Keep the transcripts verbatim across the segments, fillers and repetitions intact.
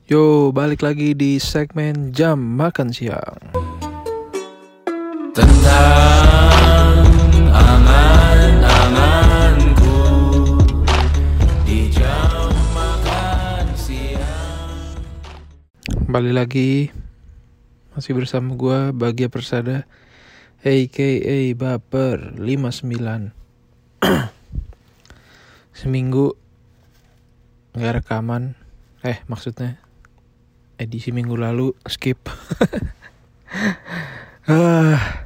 Yo, balik lagi di segmen Jam Makan Siang. Tentang aman-amanku di jam makan siang. Kembali lagi masih bersama gue Bagja Persada A K A Baper lima puluh sembilan. Seminggu gak rekaman. Eh maksudnya edisi minggu lalu skip. ah,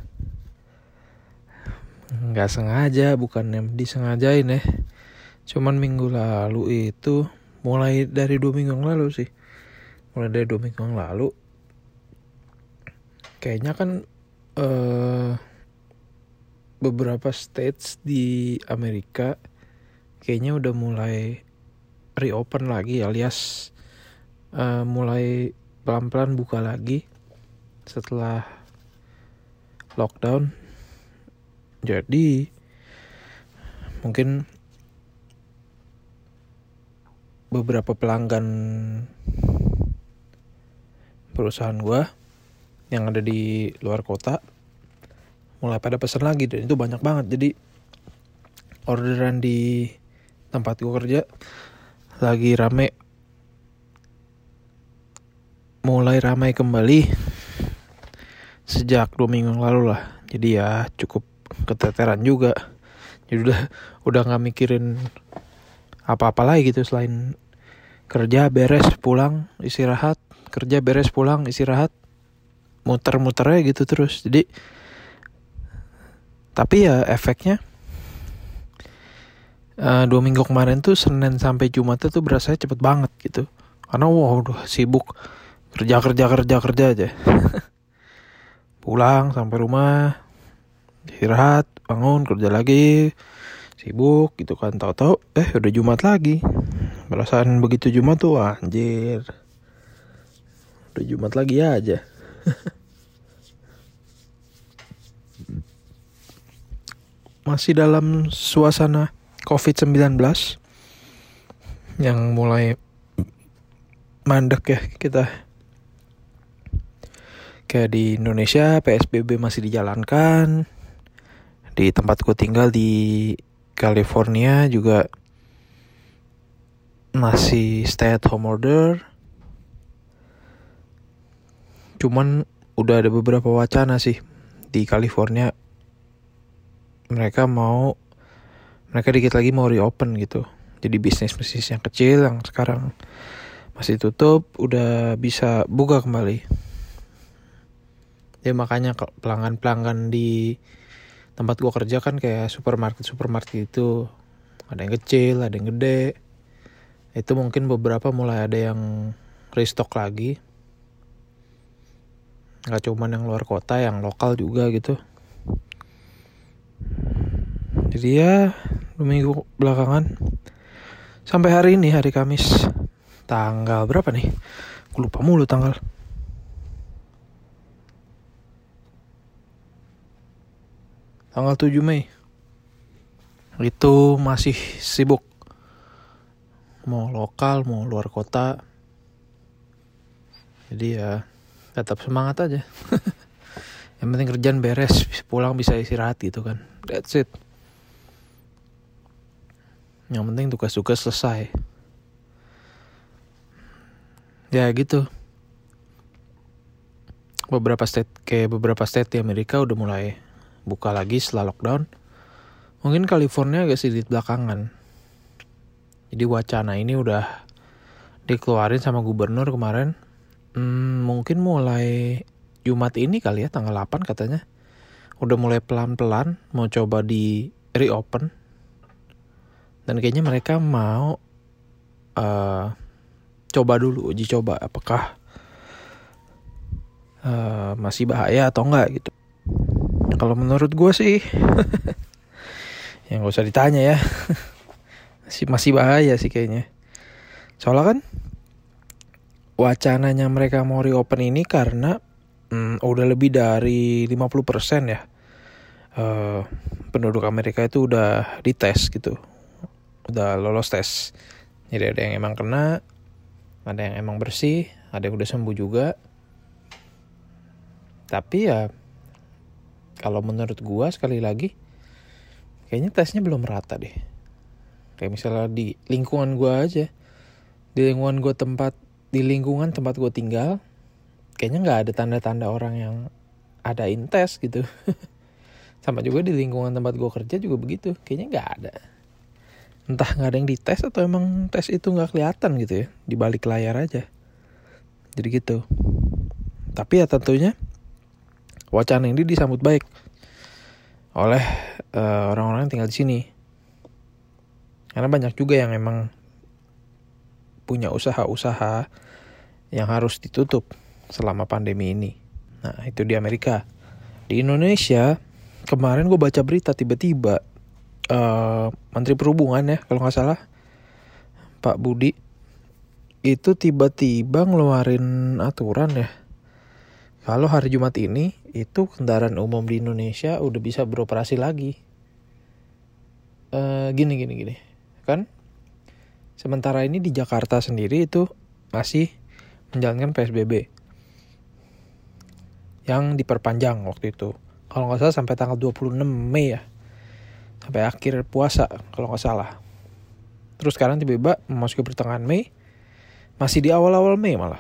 Gak sengaja, bukan yang disengajain ya. Cuman minggu lalu itu mulai dari dua minggu yang lalu sih. Mulai dari dua minggu yang lalu kayaknya kan uh, beberapa states di Amerika kayaknya udah mulai reopen lagi, alias uh, mulai pelan-pelan buka lagi setelah lockdown. Jadi mungkin beberapa pelanggan perusahaan gua yang ada di luar kota mulai pada pesan lagi, dan itu banyak banget. Jadi orderan di tempat gua kerja lagi rame, mulai ramai kembali sejak dua minggu yang lalu lah. Jadi ya cukup keteteran juga. Jadi udah udah nggak mikirin apa-apa lagi gitu selain kerja beres pulang istirahat, kerja beres pulang istirahat, muter-muternya gitu terus. Jadi tapi ya efeknya Uh, dua minggu kemarin tuh Senin sampai Jumat tuh berasanya cepet banget gitu. Karena wah udah sibuk kerja kerja kerja kerja aja. Pulang sampai rumah, istirahat, bangun, kerja lagi, sibuk gitu kan. Tahu-tahu eh udah Jumat lagi. Perasaan begitu Jumat tuh wah, anjir, udah Jumat lagi aja. Masih dalam suasana covid sembilan belas yang mulai mandek ya kita. Kayak di Indonesia P S B B masih dijalankan. Di tempatku tinggal di California juga masih stay at home order. Cuman udah ada beberapa wacana sih di California. Mereka mau Mereka dikit lagi mau reopen gitu. Jadi bisnis-bisnis yang kecil yang sekarang masih tutup udah bisa buka kembali. Ya makanya pelanggan-pelanggan di tempat gua kerja kan kayak supermarket-supermarket itu. Ada yang kecil, ada yang gede. Itu mungkin beberapa mulai ada yang restock lagi. Gak cuman yang luar kota, yang lokal juga gitu. Jadi ya dua minggu belakangan sampai hari ini, hari Kamis, tanggal berapa nih? Gue lupa mulu tanggal. Tanggal tujuh Mei. Itu masih sibuk. Mau lokal, mau luar kota. Jadi ya tetap semangat aja. Yang penting kerjaan beres, pulang bisa istirahat gitu kan. That's it. Yang penting tugas-tugas selesai. Ya gitu. Beberapa state kayak beberapa state di Amerika udah mulai buka lagi setelah lockdown. Mungkin California agak sedikit belakangan. Jadi wacana ini udah dikeluarin sama gubernur kemarin. Hmm, mungkin mulai Jumat ini kali ya, tanggal delapan katanya. Udah mulai pelan-pelan mau coba di reopen. Dan kayaknya mereka mau uh, coba dulu, uji coba apakah uh, masih bahaya atau enggak gitu. Kalau menurut gue sih, ya gak usah ditanya ya, masih masih bahaya sih kayaknya. Soalnya kan wacananya mereka mau reopen ini karena hmm, udah lebih dari lima puluh persen ya uh, penduduk Amerika itu udah dites gitu. Udah lolos tes. Jadi ada yang emang kena, Ada yang emang bersih, ada yang udah sembuh juga. Tapi ya kalau menurut gua sekali lagi kayaknya tesnya belum merata deh. Kayak misalnya di lingkungan gua aja. Di lingkungan gua tempat di lingkungan tempat gua tinggal kayaknya nggak ada tanda-tanda orang yang adain tes gitu. Sama juga di lingkungan tempat gua kerja juga begitu. Kayaknya nggak ada. Entah nggak ada yang dites atau emang tes itu nggak kelihatan gitu ya. Di balik layar aja. Jadi gitu. Tapi ya tentunya wacana ini disambut baik oleh uh, orang-orang yang tinggal di sini. Karena banyak juga yang emang punya usaha-usaha yang harus ditutup selama pandemi ini. Nah, itu di Amerika. Di Indonesia, kemarin gue baca berita tiba-tiba uh, Menteri Perhubungan ya, kalau nggak salah, Pak Budi, itu tiba-tiba ngeluarin aturan ya. Kalau hari Jumat ini, itu kendaraan umum di Indonesia udah bisa beroperasi lagi. Uh, gini, gini, gini. Kan, sementara ini di Jakarta sendiri itu masih menjalankan P S B B. Yang diperpanjang waktu itu. Kalau nggak salah sampai tanggal dua puluh enam Mei ya. Sampai akhir puasa, kalau nggak salah. Terus sekarang tiba-tiba memasuki pertengahan Mei. Masih di awal-awal Mei malah.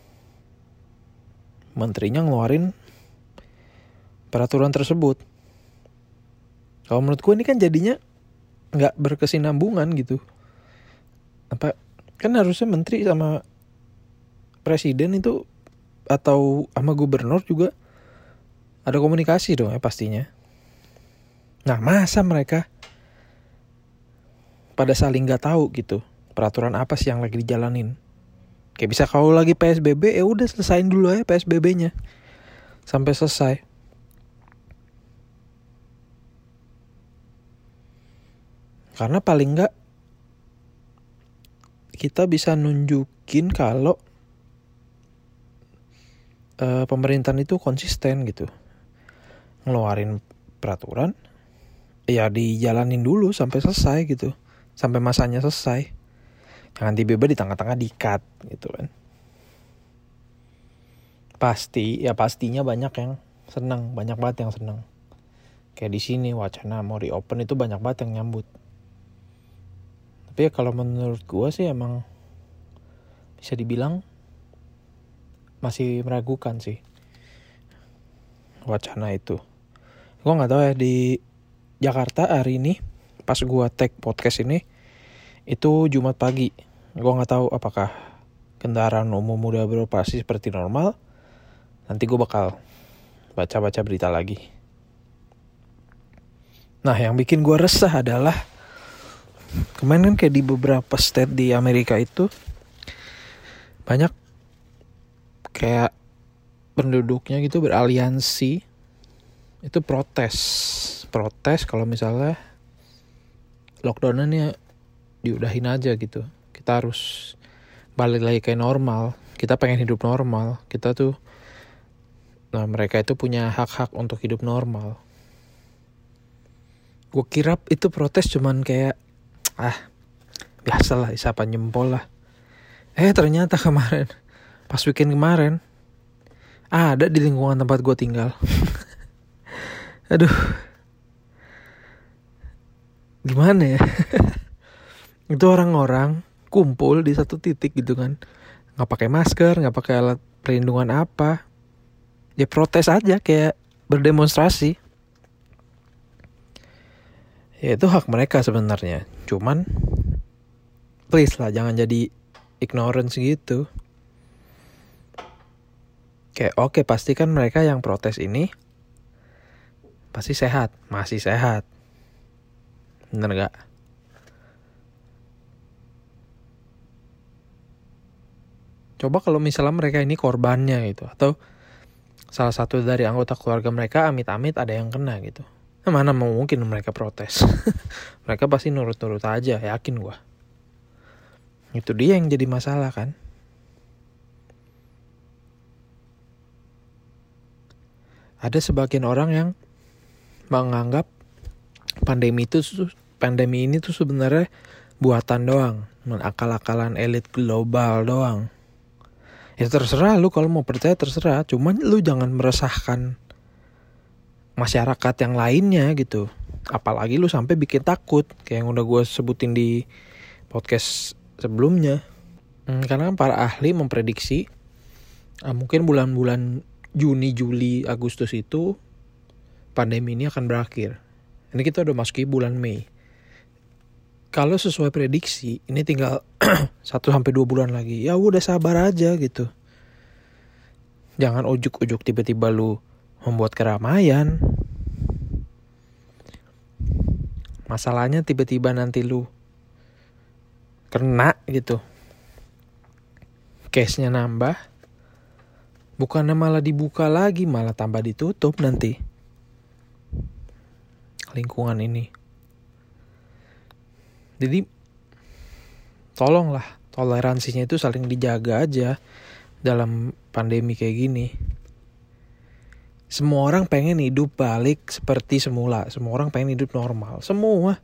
Menterinya ngeluarin peraturan tersebut. Kalau menurut gue ini kan jadinya nggak berkesinambungan gitu. Apa kan harusnya menteri sama presiden itu atau sama gubernur juga ada komunikasi dong ya pastinya. Nah masa mereka pada saling nggak tahu gitu peraturan apa sih yang lagi dijalanin. Kayak bisa kalau lagi P S B B ya udah selesain dulu aja P S B B-nya sampai selesai. Karena paling nggak kita bisa nunjukin kalau uh, pemerintahan itu konsisten gitu. Ngeluarin peraturan ya dijalanin dulu sampai selesai gitu. Sampai masanya selesai. Jangan tiba-tiba di tengah-tengah di-cut gitu kan. Pasti, ya pastinya banyak yang senang, banyak banget yang senang. Kayak di sini wacana mau reopen itu banyak banget yang nyambut. Tapi ya kalau menurut gue sih emang bisa dibilang masih meragukan sih wacana itu. Gue nggak tahu ya di Jakarta hari ini pas gue tag podcast ini itu Jumat pagi. Gue nggak tahu apakah kendaraan umum udah beroperasi seperti normal. Nanti gue bakal baca-baca berita lagi. Nah yang bikin gue resah adalah kemarin kan kayak di beberapa state di Amerika itu banyak kayak penduduknya gitu beraliansi itu protes protes kalau misalnya lockdown-nya diudahin aja gitu. Kita harus balik lagi kayak normal. Kita pengen hidup normal. Kita tuh, nah mereka itu punya hak-hak untuk hidup normal. Gue kira itu protes cuman kayak ah biasalah isapan jempol lah. Eh ternyata kemarin pas weekend kemarin ada di lingkungan tempat gue tinggal. Aduh, gimana ya? Itu orang-orang kumpul di satu titik gitu kan, nggak pakai masker, nggak pakai alat perlindungan apa, ya protes aja kayak berdemonstrasi. Ya itu hak mereka sebenarnya. Cuman please lah jangan jadi ignorance gitu. Kayak oke okay, pasti kan mereka yang protes ini pasti sehat, masih sehat. Bener gak? Coba kalau misalnya mereka ini korbannya gitu, atau salah satu dari anggota keluarga mereka amit-amit ada yang kena gitu. Nah, mana mau mungkin mereka protes. Mereka pasti nurut-nurut aja, yakin gua. Itu dia yang jadi masalah kan. Ada sebagian orang yang menganggap pandemi itu pandemi ini tuh sebenarnya buatan doang, cuman akal-akalan elit global doang. Ya terserah lu, kalau mau percaya terserah, cuman lu jangan meresahkan masyarakat yang lainnya gitu. Apalagi lu sampai bikin takut kayak yang udah gue sebutin di podcast sebelumnya. Hmm, karena para ahli memprediksi ah, mungkin bulan-bulan Juni, Juli, Agustus itu pandemi ini akan berakhir. Ini kita udah masuki bulan Mei. Kalau sesuai prediksi, ini tinggal satu sampai dua bulan lagi. Ya udah sabar aja gitu. Jangan ujuk-ujuk tiba-tiba lu membuat keramaian. Masalahnya tiba-tiba nanti lu kena gitu. Case-nya nambah. Bukannya malah dibuka lagi, malah tambah ditutup nanti. Lingkungan ini. Jadi tolonglah toleransinya itu saling dijaga aja dalam pandemi kayak gini. Semua orang pengen hidup balik seperti semula. Semua orang pengen hidup normal. Semua.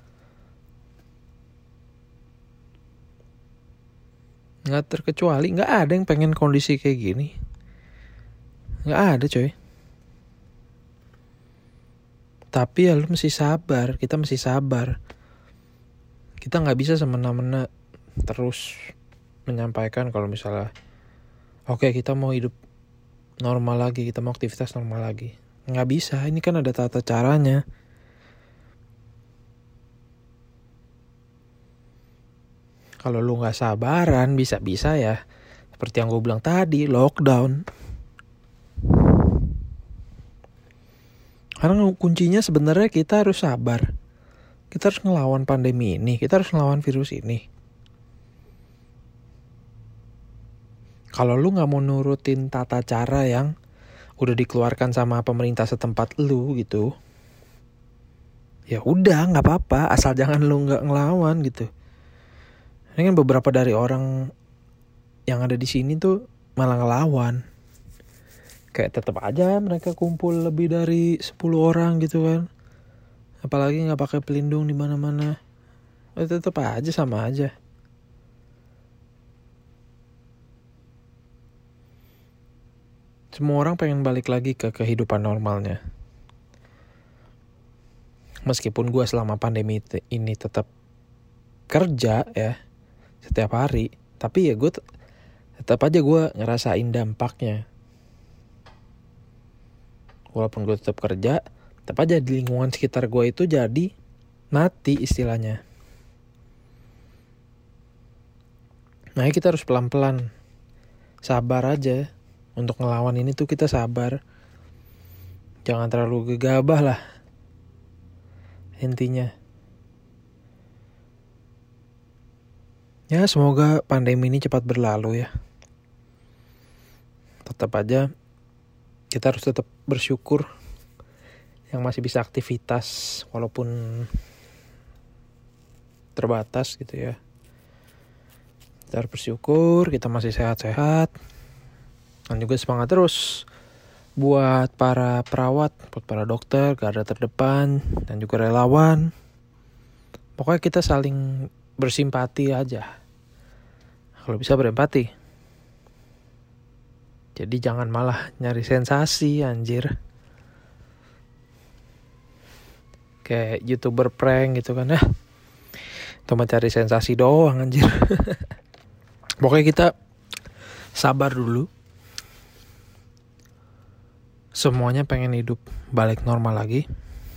Nggak terkecuali. Nggak ada yang pengen kondisi kayak gini. Nggak ada coy. Tapi ya lu mesti sabar. Kita mesti sabar. Kita nggak bisa semena-mena terus menyampaikan kalau misalnya oke okay, kita mau hidup normal lagi, kita mau aktivitas normal lagi. Nggak bisa, ini kan ada tata caranya. Kalau lu nggak sabaran, bisa-bisa ya seperti yang gue bilang tadi, lockdown. Karena kuncinya sebenarnya kita harus sabar. Kita harus ngelawan pandemi ini. Kita harus ngelawan virus ini. Kalau lu gak mau nurutin tata cara yang udah dikeluarkan sama pemerintah setempat lu gitu, ya udah gak apa-apa. Asal jangan lu gak ngelawan gitu. Ini kan beberapa dari orang yang ada di sini tuh malah ngelawan. Kayak tetap aja mereka kumpul lebih dari sepuluh orang gitu kan. Apalagi nggak pakai pelindung di mana-mana, oh, tetap aja sama aja. Semua orang pengen balik lagi ke kehidupan normalnya. Meskipun gue selama pandemi ini tetap kerja ya setiap hari, tapi ya gue t- tetap aja gue ngerasain dampaknya. Walaupun gue tetap kerja, tetap aja di lingkungan sekitar gue itu jadi mati istilahnya. Nah kita harus pelan-pelan. Sabar aja. Untuk ngelawan ini tuh kita sabar. Jangan terlalu gegabah lah. Intinya. Ya semoga pandemi ini cepat berlalu ya. Tetap aja kita harus tetap bersyukur yang masih bisa aktivitas walaupun terbatas gitu ya. Kita harus bersyukur kita masih sehat-sehat. Dan juga semangat terus buat para perawat, buat para dokter, garda terdepan, dan juga relawan. Pokoknya kita saling bersimpati aja. Kalau bisa berempati. Jadi jangan malah nyari sensasi anjir. Kayak YouTuber prank gitu kan ya. Cuma cari sensasi doang anjir. Pokoknya kita sabar dulu. Semuanya pengen hidup balik normal lagi.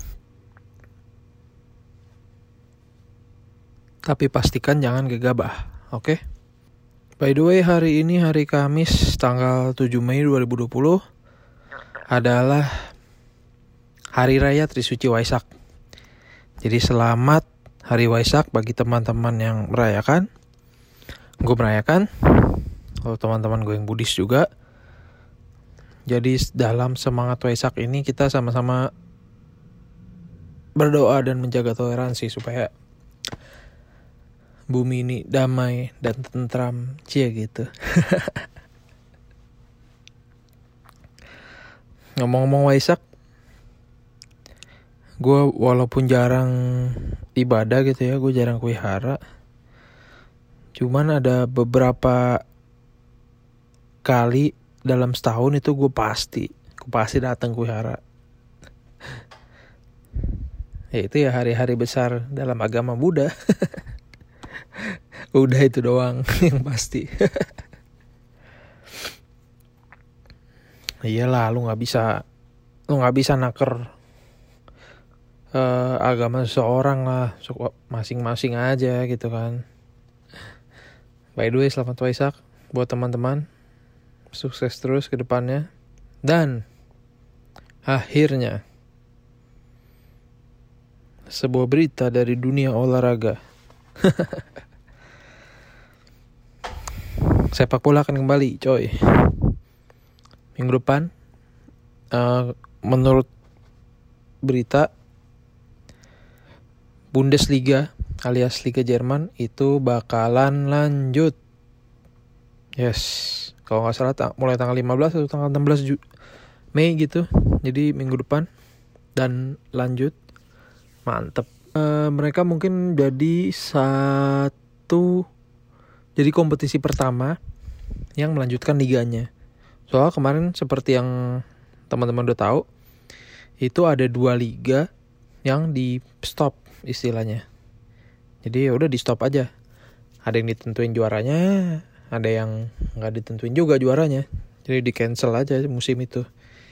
Tapi pastikan jangan gegabah, oke? Okay? By the way, hari ini hari Kamis tanggal tujuh Mei dua ribu dua puluh adalah Hari Raya Trisuci Waisak. Jadi selamat Hari Waisak bagi teman-teman yang merayakan. Gue merayakan. Kalau teman-teman gue yang Buddhis juga. Jadi dalam semangat Waisak ini kita sama-sama berdoa dan menjaga toleransi supaya bumi ini damai dan tentram, cie gitu. Ngomong-ngomong Waisak, gue walaupun jarang ibadah gitu ya, gue jarang kuihara. Cuman ada beberapa kali dalam setahun itu gue pasti, gue pasti datang ke wihara. Ya itu ya hari-hari besar dalam agama Buddha. Udah itu doang yang pasti. Iyalah, lu nggak bisa, lu nggak bisa naker uh, agama seseorang lah, masing-masing aja gitu kan. By the way, selamat Waisak buat teman-teman. Sukses terus ke depannya. Dan akhirnya sebuah berita dari dunia olahraga. Sepak bola akan kembali, coy. Minggu depan, uh, menurut berita, Bundesliga alias Liga Jerman itu bakalan lanjut. Yes. Kalau nggak salah ta- mulai tanggal lima belas atau tanggal enam belas Ju- Mei gitu. Jadi minggu depan dan lanjut. Mantep. E, mereka mungkin jadi satu, jadi kompetisi pertama yang melanjutkan liganya. Soalnya kemarin seperti yang teman-teman udah tahu, itu ada dua liga yang di stop istilahnya. Jadi ya udah di stop aja. Ada yang ditentuin juaranya, ada yang nggak ditentuin juga juaranya, jadi di cancel aja musim itu.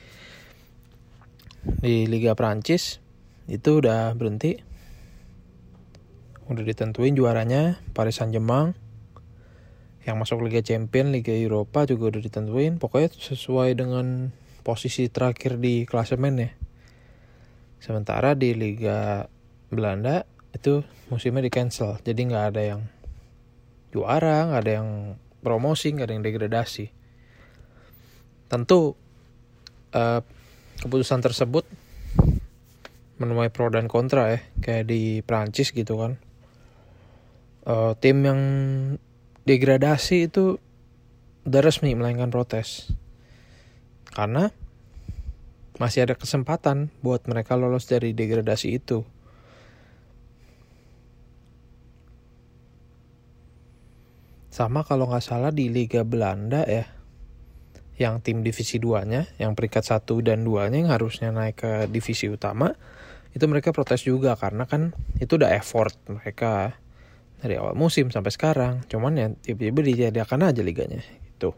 Di Liga Prancis itu udah berhenti, udah ditentuin juaranya Paris Saint-Germain. Yang masuk Liga Champions, Liga Eropa juga udah ditentuin. Pokoknya sesuai dengan posisi terakhir di klasemen ya. Sementara di Liga Belanda itu musimnya di cancel, jadi nggak ada yang juara, nggak ada yang promosi, nggak ada yang degradasi. Tentu uh, keputusan tersebut menuai pro dan kontra ya, kayak di Prancis gitu kan. Uh, tim yang degradasi itu udah resmi melakukan protes karena masih ada kesempatan buat mereka lolos dari degradasi itu. Sama kalau nggak salah di Liga Belanda ya, yang tim divisi dua-nya, yang peringkat satu dan dua-nya yang harusnya naik ke divisi utama, itu mereka protes juga karena kan itu udah effort mereka dari awal musim sampai sekarang. Cuman ya tiba-tiba ditiadakan aja liganya gitu.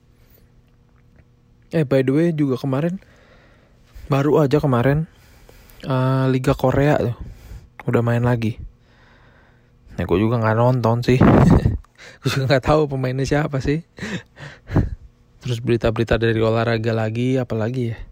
Eh by the way juga kemarin, baru aja kemarin uh, Liga Korea tuh udah main lagi. Nah gue juga nggak nonton sih. Gue juga gak tahu pemainnya siapa sih. Terus berita-berita dari olahraga lagi, apalagi ya.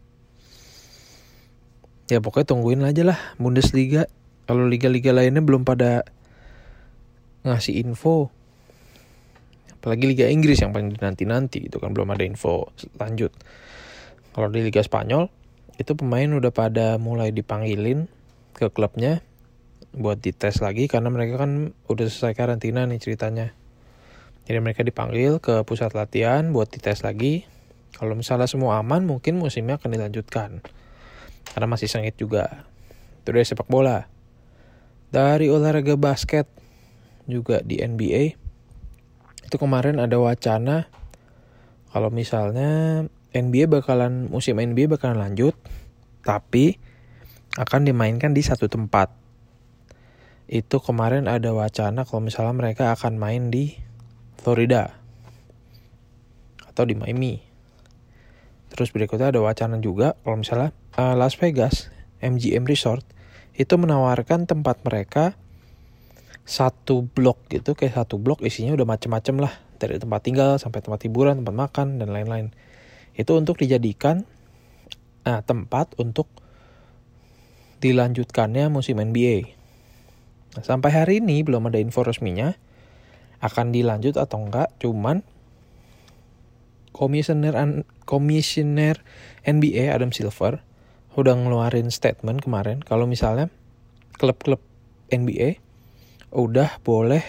Ya pokoknya tungguin aja lah Bundesliga. Kalau liga-liga lainnya belum pada ngasih info. Apalagi Liga Inggris yang paling dinanti-nanti itu kan belum ada info lanjut. Kalau di Liga Spanyol itu pemain udah pada mulai dipanggilin ke klubnya buat dites lagi karena mereka kan udah selesai karantina nih ceritanya. Jadi mereka dipanggil ke pusat latihan buat dites lagi. Kalau misalnya semua aman, mungkin musimnya akan dilanjutkan. Karena masih sengit juga. Itu dari sepak bola. Dari olahraga basket, juga di N B A, itu kemarin ada wacana kalau misalnya N B A bakalan, musim N B A bakalan lanjut, tapi akan dimainkan di satu tempat. Itu kemarin ada wacana kalau misalnya mereka akan main di Florida atau di Miami. Terus berikutnya ada wacana juga kalau misalnya uh, Las Vegas M G M Resort itu menawarkan tempat mereka satu blok gitu, kayak satu blok isinya udah macem-macem lah, dari tempat tinggal sampai tempat hiburan, tempat makan dan lain-lain. Itu untuk dijadikan nah, tempat untuk dilanjutkannya musim N B A. Nah, sampai hari ini belum ada info resminya akan dilanjut atau enggak, cuman komisioner komisioner N B A Adam Silver udah ngeluarin statement kemarin kalau misalnya klub-klub N B A udah boleh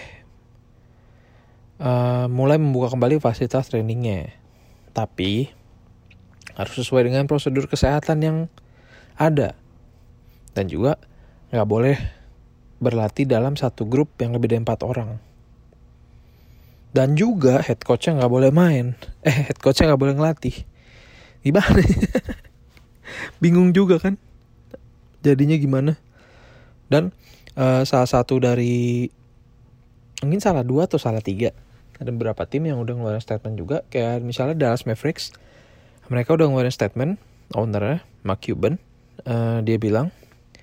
uh, mulai membuka kembali fasilitas trainingnya, tapi harus sesuai dengan prosedur kesehatan yang ada dan juga nggak boleh berlatih dalam satu grup yang lebih dari empat orang. Dan juga head coachnya nggak boleh main. Eh head coachnya nggak boleh ngelatih. Gimana? Bingung juga kan? Jadinya gimana? Dan uh, salah satu dari mungkin salah dua atau salah tiga. Ada beberapa tim yang udah ngeluarin statement juga. Kayak misalnya Dallas Mavericks. Mereka udah ngeluarin statement. Ownernya Mark Cuban. Uh, dia bilang.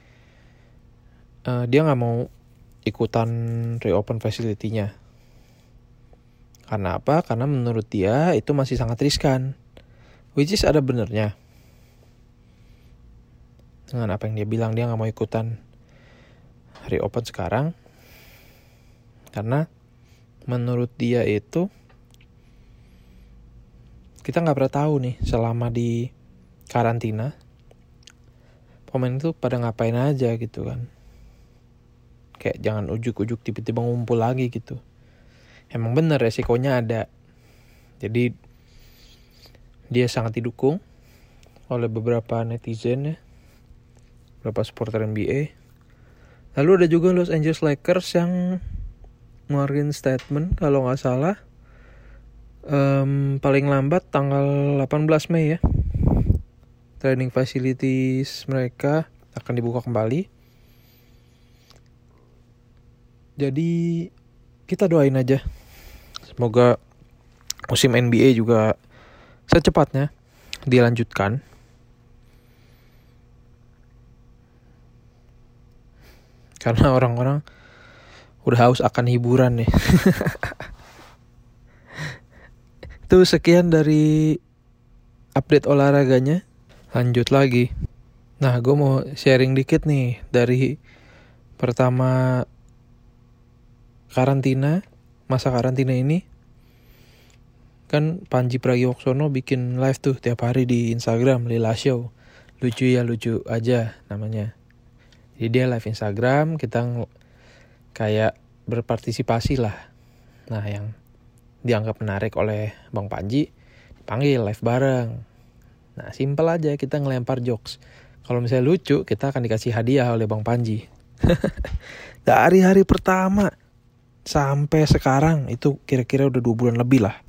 Uh, dia gak mau ikutan reopen facility-nya. Karena apa? Karena menurut dia itu masih sangat riskan. Which is ada benernya. Dengan apa yang dia bilang. Dia gak mau ikutan reopen sekarang. Karena menurut dia itu kita gak pernah tahu nih selama di karantina pemain itu pada ngapain aja gitu kan. Kayak jangan ujuk-ujuk tiba-tiba ngumpul lagi gitu. Emang bener resikonya ada. Jadi dia sangat didukung oleh beberapa netizen ya. Beberapa supporter N B A. Lalu ada juga Los Angeles Lakers yang ngeluarin statement kalau gak salah. Um, paling lambat tanggal delapan belas Mei ya. Training facilities mereka akan dibuka kembali. Jadi kita doain aja. Semoga musim N B A juga secepatnya dilanjutkan. Karena orang-orang udah haus akan hiburan nih. Itu sekian dari update olahraganya. Lanjut lagi. Nah, gue mau sharing dikit nih dari pertama karantina, masa karantina ini. Kan Panji Pragiwaksono bikin live tuh tiap hari di Instagram, Lila Show. Lucu ya, lucu aja namanya. Jadi dia live Instagram, kita ng- kayak berpartisipasi lah. Nah, yang dianggap menarik oleh Bang Panji dipanggil live bareng. Nah, simpel aja kita ngelempar jokes. Kalau misalnya lucu, kita akan dikasih hadiah oleh Bang Panji. Dari hari pertama sampai sekarang itu kira-kira udah dua bulan lebih lah.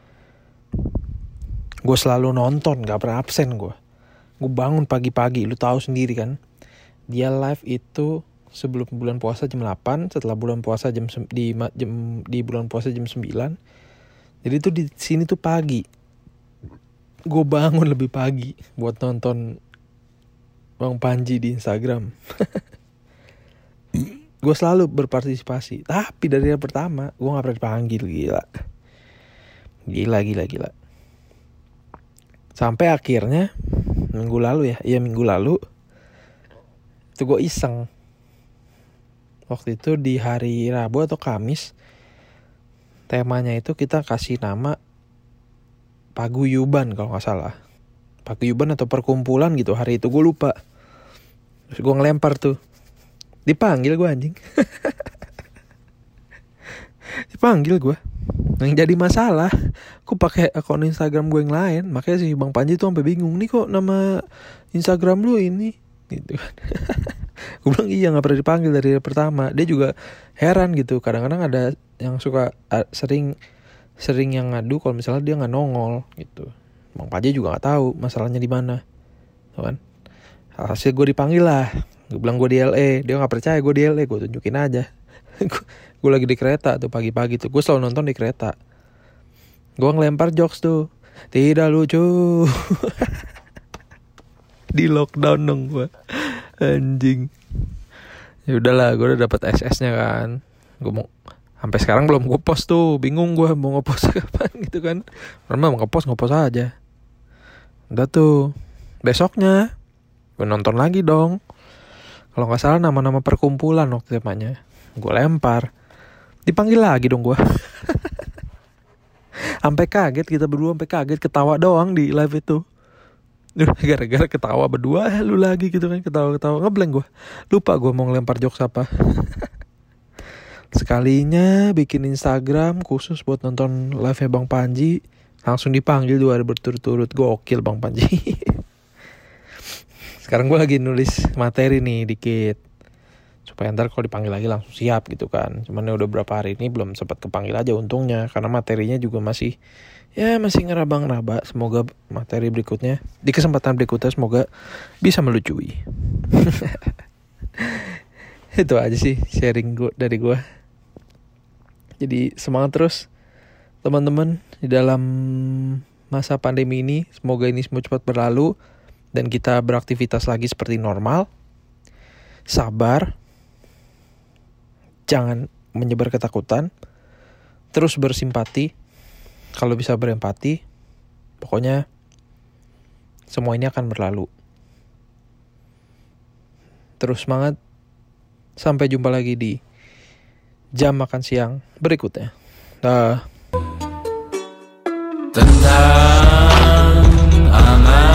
Gue selalu nonton, gak pernah absen gue. Gue bangun pagi-pagi, lu tahu sendiri kan. Dia live itu sebelum bulan puasa jam delapan, setelah bulan puasa jam di jam di bulan puasa jam sembilan. Jadi itu di sini tuh pagi. Gue bangun lebih pagi buat nonton Bang Panji di Instagram. Gue selalu berpartisipasi. Tapi dari yang pertama gue gak pernah dipanggil. Gila Gila gila gila Sampai akhirnya minggu lalu ya Iya minggu lalu itu gue iseng. Waktu itu di hari Rabu atau Kamis. Temanya itu kita kasih nama Paguyuban kalau gak salah. Paguyuban atau perkumpulan gitu. Hari itu gue lupa. Terus gue ngelempar tuh. Dipanggil gue anjing. Dipanggil gue. Yang jadi masalah, aku pakai akun Instagram gue yang lain. Makanya si Bang Panji tuh sampai bingung. Nih kok nama Instagram lu ini gitu. Gue bilang iya gak pernah dipanggil dari pertama. Dia juga heran gitu. Kadang-kadang ada yang suka uh, sering Sering yang ngadu kalau misalnya dia gak nongol gitu. Bang Panji juga gak tahu masalahnya di mana, kan? Hasil gue dipanggil lah. Gue bilang gue di L A. Dia gak percaya gue di L A. Gue tunjukin aja. Gue lagi di kereta tuh pagi-pagi tuh. Gue selalu nonton di kereta. Gue ngelempar jokes tuh. Tidak lucu. Di lockdown dong gue. Anjing. Ya udahlah, gue udah dapat S S-nya kan. Gue mau sampai sekarang belum gue post tuh. Bingung gue mau ngepost kapan gitu kan. Karena mau ngepost ngepost aja. Udah tuh. Besoknya gue nonton lagi dong. Kalau nggak salah nama-nama perkumpulan waktu temanya. Gue lempar. Dipanggil lagi dong gue. Sampai kaget kita berdua, sampai kaget ketawa doang di live itu. Gara-gara ketawa berdua, lu lagi gitu kan, ketawa-ketawa, ngeblank gue. Lupa gue mau ngelempar jokes apa. Sekalinya bikin Instagram khusus buat nonton live-nya Bang Panji, langsung dipanggil dua hari berturut-turut. Gokil Bang Panji. Sekarang gue lagi nulis materi nih dikit. supaya ntar kalau dipanggil lagi langsung siap gitu kan. Cuman ya udah berapa hari ini belum sempat kepanggil aja untungnya, karena materinya juga masih ya masih ngeraba-ngeraba. Semoga materi berikutnya, di kesempatan berikutnya semoga bisa melucui. Itu aja sih sharing gua, dari gue. Jadi semangat terus teman-teman di dalam masa pandemi ini. Semoga ini semua cepat berlalu dan kita beraktivitas lagi seperti normal. Sabar, jangan menyebar ketakutan, terus bersimpati, kalau bisa berempati. Pokoknya semua ini akan berlalu. Terus semangat. Sampai jumpa lagi di jam makan siang berikutnya. Dah. Tentang aman